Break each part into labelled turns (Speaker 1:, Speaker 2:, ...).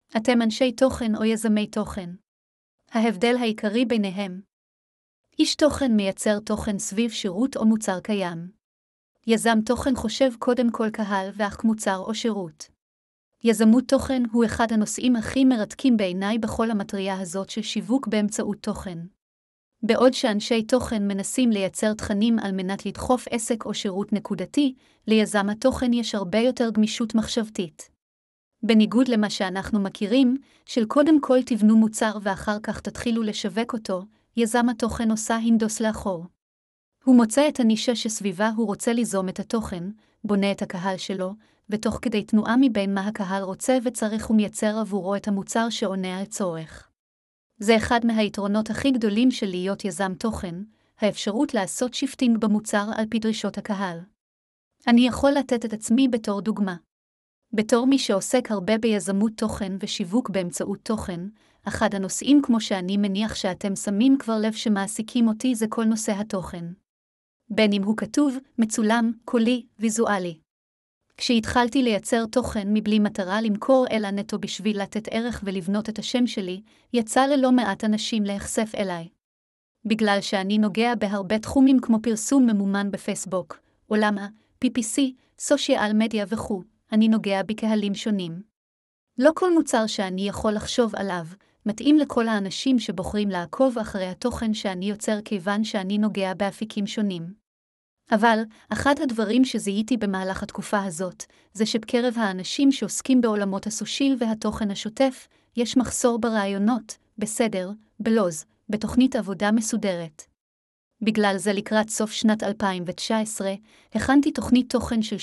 Speaker 1: אתם אנשי תוכן או יזמי תוכן. ההבדל העיקרי ביניהם. איש תוכן מייצר תוכן סביב שירות או מוצר קיים. יזם תוכן חושב קודם כל קהל ואך מוצר או שירות. יזמות תוכן הוא אחד הנושאים הכי מרתקים בעיניי בכל המטריה הזאת של שיווק באמצעות תוכן. בעוד שאנשי תוכן מנסים לייצר תכנים על מנת לדחוף עסק או שירות נקודתי, ליזם התוכן יש הרבה יותר גמישות מחשבתית. בניגוד למה שאנחנו מכירים, של קודם כל תבנו מוצר ואחר כך תתחילו לשווק אותו, יזם התוכן עושה הינדוס לאחור. הוא מוצא את הנישה שסביבה הוא רוצה ליזום את התוכן, בונה את הקהל שלו, ותוך כדי תנועה מבין מה הקהל רוצה וצריך ומייצר עבורו את המוצר שעונה על צורך. זה אחד מהיתרונות הכי גדולים של להיות יזם תוכן, האפשרות לעשות שיפטינג במוצר על פי דרישות הקהל. אני יכול לתת את עצמי בתור דוגמה. בתור מי שעוסק הרבה ביזמות תוכן ושיווק באמצעות תוכן, אחד הנושאים כמו שאני מניח שאתם שמים כבר לב שמעסיקים אותי זה כל נושא התוכן. בין אם הוא כתוב, מצולם, קולי, ויזואלי. כשהתחלתי לייצר תוכן מבלי מטרה למכור אלא נטו בשביל לתת ערך ולבנות את השם שלי, יצא ללא מעט אנשים להיחשף אליי. בגלל שאני נוגע בהרבה תחומים כמו פרסום ממומן בפייסבוק, עולם ה-PPC, סושיאל מדיה וכו', אני נוגע בקהלים שונים. לא כל מוצר שאני יכול לחשוב עליו, מתאים לכל האנשים שבוחרים לעקוב אחרי התוכן שאני יוצר כיוון שאני נוגע באפיקים שונים. אבל, אחד הדברים שזיהיתי במהלך התקופה הזאת, זה שבקרב האנשים שעוסקים בעולמות הסושיאל והתוכן השוטף, יש מחסור ברעיונות, בסדר, בלוז, בתוכנית עבודה מסודרת. בגלל זה לקראת סוף שנת 2019, הכנתי תוכנית תוכן של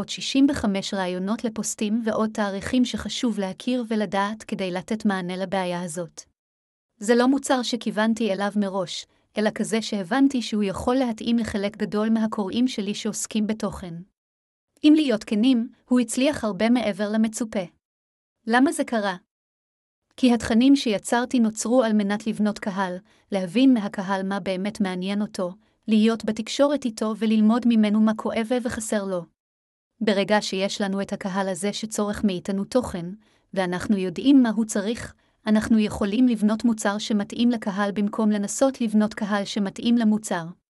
Speaker 1: 365 רעיונות לפוסטים ועוד תאריכים שחשוב להכיר ולדעת כדי לתת מענה לבעיה הזאת. זה לא מוצר שכיוונתי אליו מראש, אלא כזה שהבנתי שהוא יכול להתאים לחלק גדול מהקוראים שלי שעוסקים בתוכן. אם להיות כנים, הוא הצליח הרבה מעבר למצופה. למה זה קרה? כי התכנים שיצרתי נוצרו על מנת לבנות קהל, להבין מהקהל מה באמת מעניין אותו, להיות בתקשורת איתו וללמוד ממנו מה כואב וחסר לו. ברגע שיש לנו את הקהל הזה שצורך מאיתנו תוכן, ואנחנו יודעים מה הוא צריך, אנחנו יכולים לבנות מוצר שמתאים לקהל במקום לנסות לבנות קהל שמתאים למוצר.